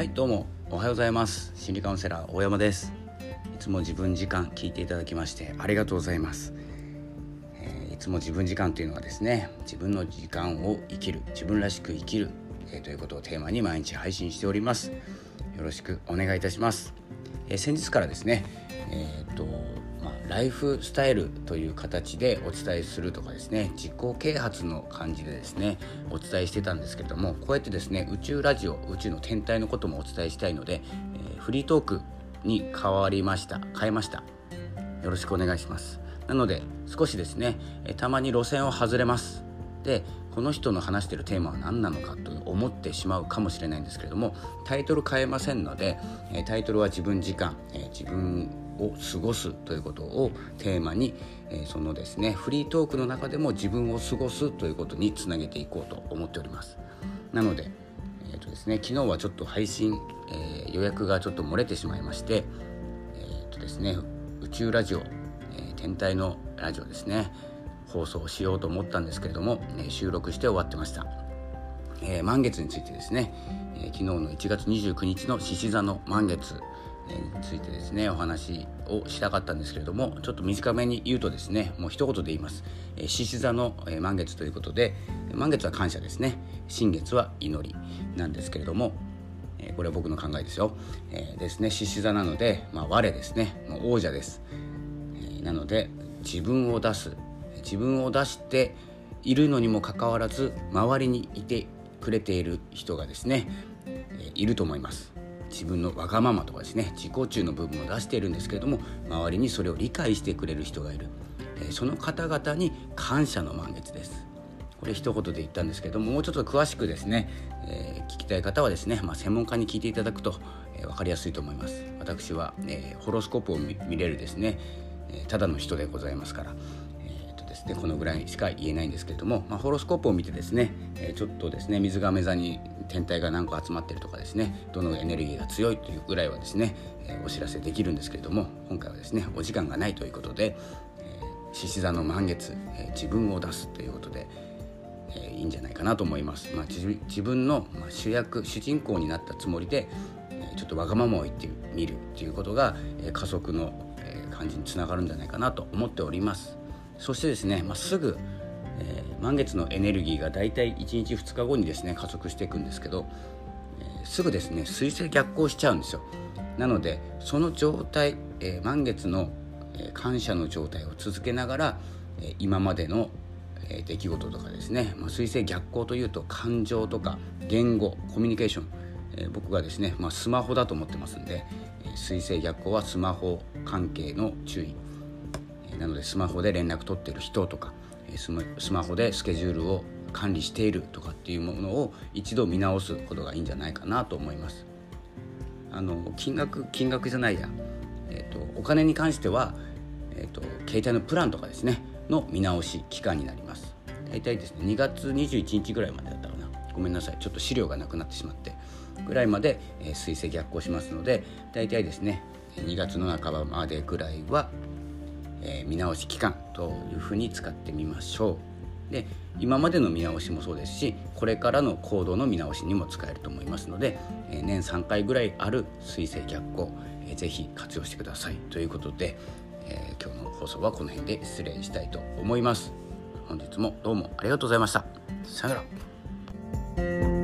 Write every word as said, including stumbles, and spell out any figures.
はいどうもおはようございます。心理カウンセラー大山です。いつも自分時間聞いていただきましてありがとうございます。えー、いつも自分時間というのはですね、自分の時間を生きる、自分らしく生きる、えー、ということをテーマに毎日配信しております。よろしくお願いいたします。えー、先日からですね、えー、っとまあ、ライフスタイルという形でお伝えするとかですね、自己啓発の感じでですねお伝えしてたんですけれども、こうやってですね宇宙ラジオ、宇宙の天体のこともお伝えしたいので、えー、フリートークに変わりました変えましたよろしくお願いします。なので少しですね、えー、たまに路線を外れます。でこの人の話しているテーマは何なのかと思ってしまうかもしれないんですけれども、タイトル変えませんので、えー、タイトルは自分時間、えー、自分を過ごすということをテーマに、えー、そのですねフリートークの中でも自分を過ごすということにつなげていこうと思っております。なので、えーとですね、昨日はちょっと配信、えー、予約がちょっと漏れてしまいまして、えーとですね、宇宙ラジオ、えー、天体のラジオですね放送しようと思ったんですけれども、えー、収録して終わってました。えー、満月についてですね、えー、昨日のいちがつにじゅうくにちの獅子座の満月についてですねお話をしたかったんですけれども、ちょっと短めに言うとですね、もう一言で言います。獅子座の満月ということで、満月は感謝ですね、新月は祈りなんですけれども、これは僕の考えですよ、えー、ですね獅子座なので、まあ、我ですね、もう王者です、えー、なので自分を出す自分を出しているのにもかかわらず周りにいてくれている人がですね、えー、いると思います。自分のわがままとかですね、自己中の部分を出しているんですけれども、周りにそれを理解してくれる人がいる、えー、その方々に感謝の満月です。これ一言で言ったんですけれども、もうちょっと詳しくですね、えー、聞きたい方はですね、まあ、専門家に聞いていただくと、えー、分かりやすいと思います。私は、えー、ホロスコープを 見, 見れるですね、えー、ただの人でございますから、えーとですね、このぐらいしか言えないんですけれども、まあ、ホロスコープを見てですね、えー、ちょっとですね水亀座に天体が何個集まっているとかですね、どのエネルギーが強いというぐらいはですね、えー、お知らせできるんですけれども、今回はですねお時間がないということで、獅子座の満月、えー、自分を出すということで、えー、いいんじゃないかなと思います。まあ、自, 自分の主役主人公になったつもりで、えー、ちょっとわがままを言ってみるということが、えー、加速の、えー、感じにつながるんじゃないかなと思っております。そしてですね、まあ、すぐえー、満月のエネルギーがだいたいいちにちふつかごにですね加速していくんですけど、えー、すぐですね水星逆行しちゃうんですよ。なのでその状態、えー、満月の、えー、感謝の状態を続けながら、えー、今までの、えー、出来事とかですね、まあ、水星逆行というと感情とか言語コミュニケーション、えー、僕がですね、まあ、スマホだと思ってますんで、えー、水星逆行はスマホ関係の注意、えー、なのでスマホで連絡取っている人とかスマホでスケジュールを管理しているとかっていうものを一度見直すことがいいんじゃないかなと思います。あの金額金額じゃないや、えーと、お金に関しては、えーと、携帯のプランとかですねの見直し期間になります。だいたいですねにがつにじゅういちにちぐらいまでだったかな、ごめんなさい、ちょっと資料がなくなってしまってぐらいまで、えー、水星逆行しますので、だいたいですねにがつの半ばまでぐらいはえー、見直し期間というふうに使ってみましょう。で今までの見直しもそうですし、これからの行動の見直しにも使えると思いますので、えー、年さんかいぐらいある水星逆行、えー、ぜひ活用してくださいということで、えー、今日の放送はこの辺で失礼したいと思います。本日もどうもありがとうございました。さよなら。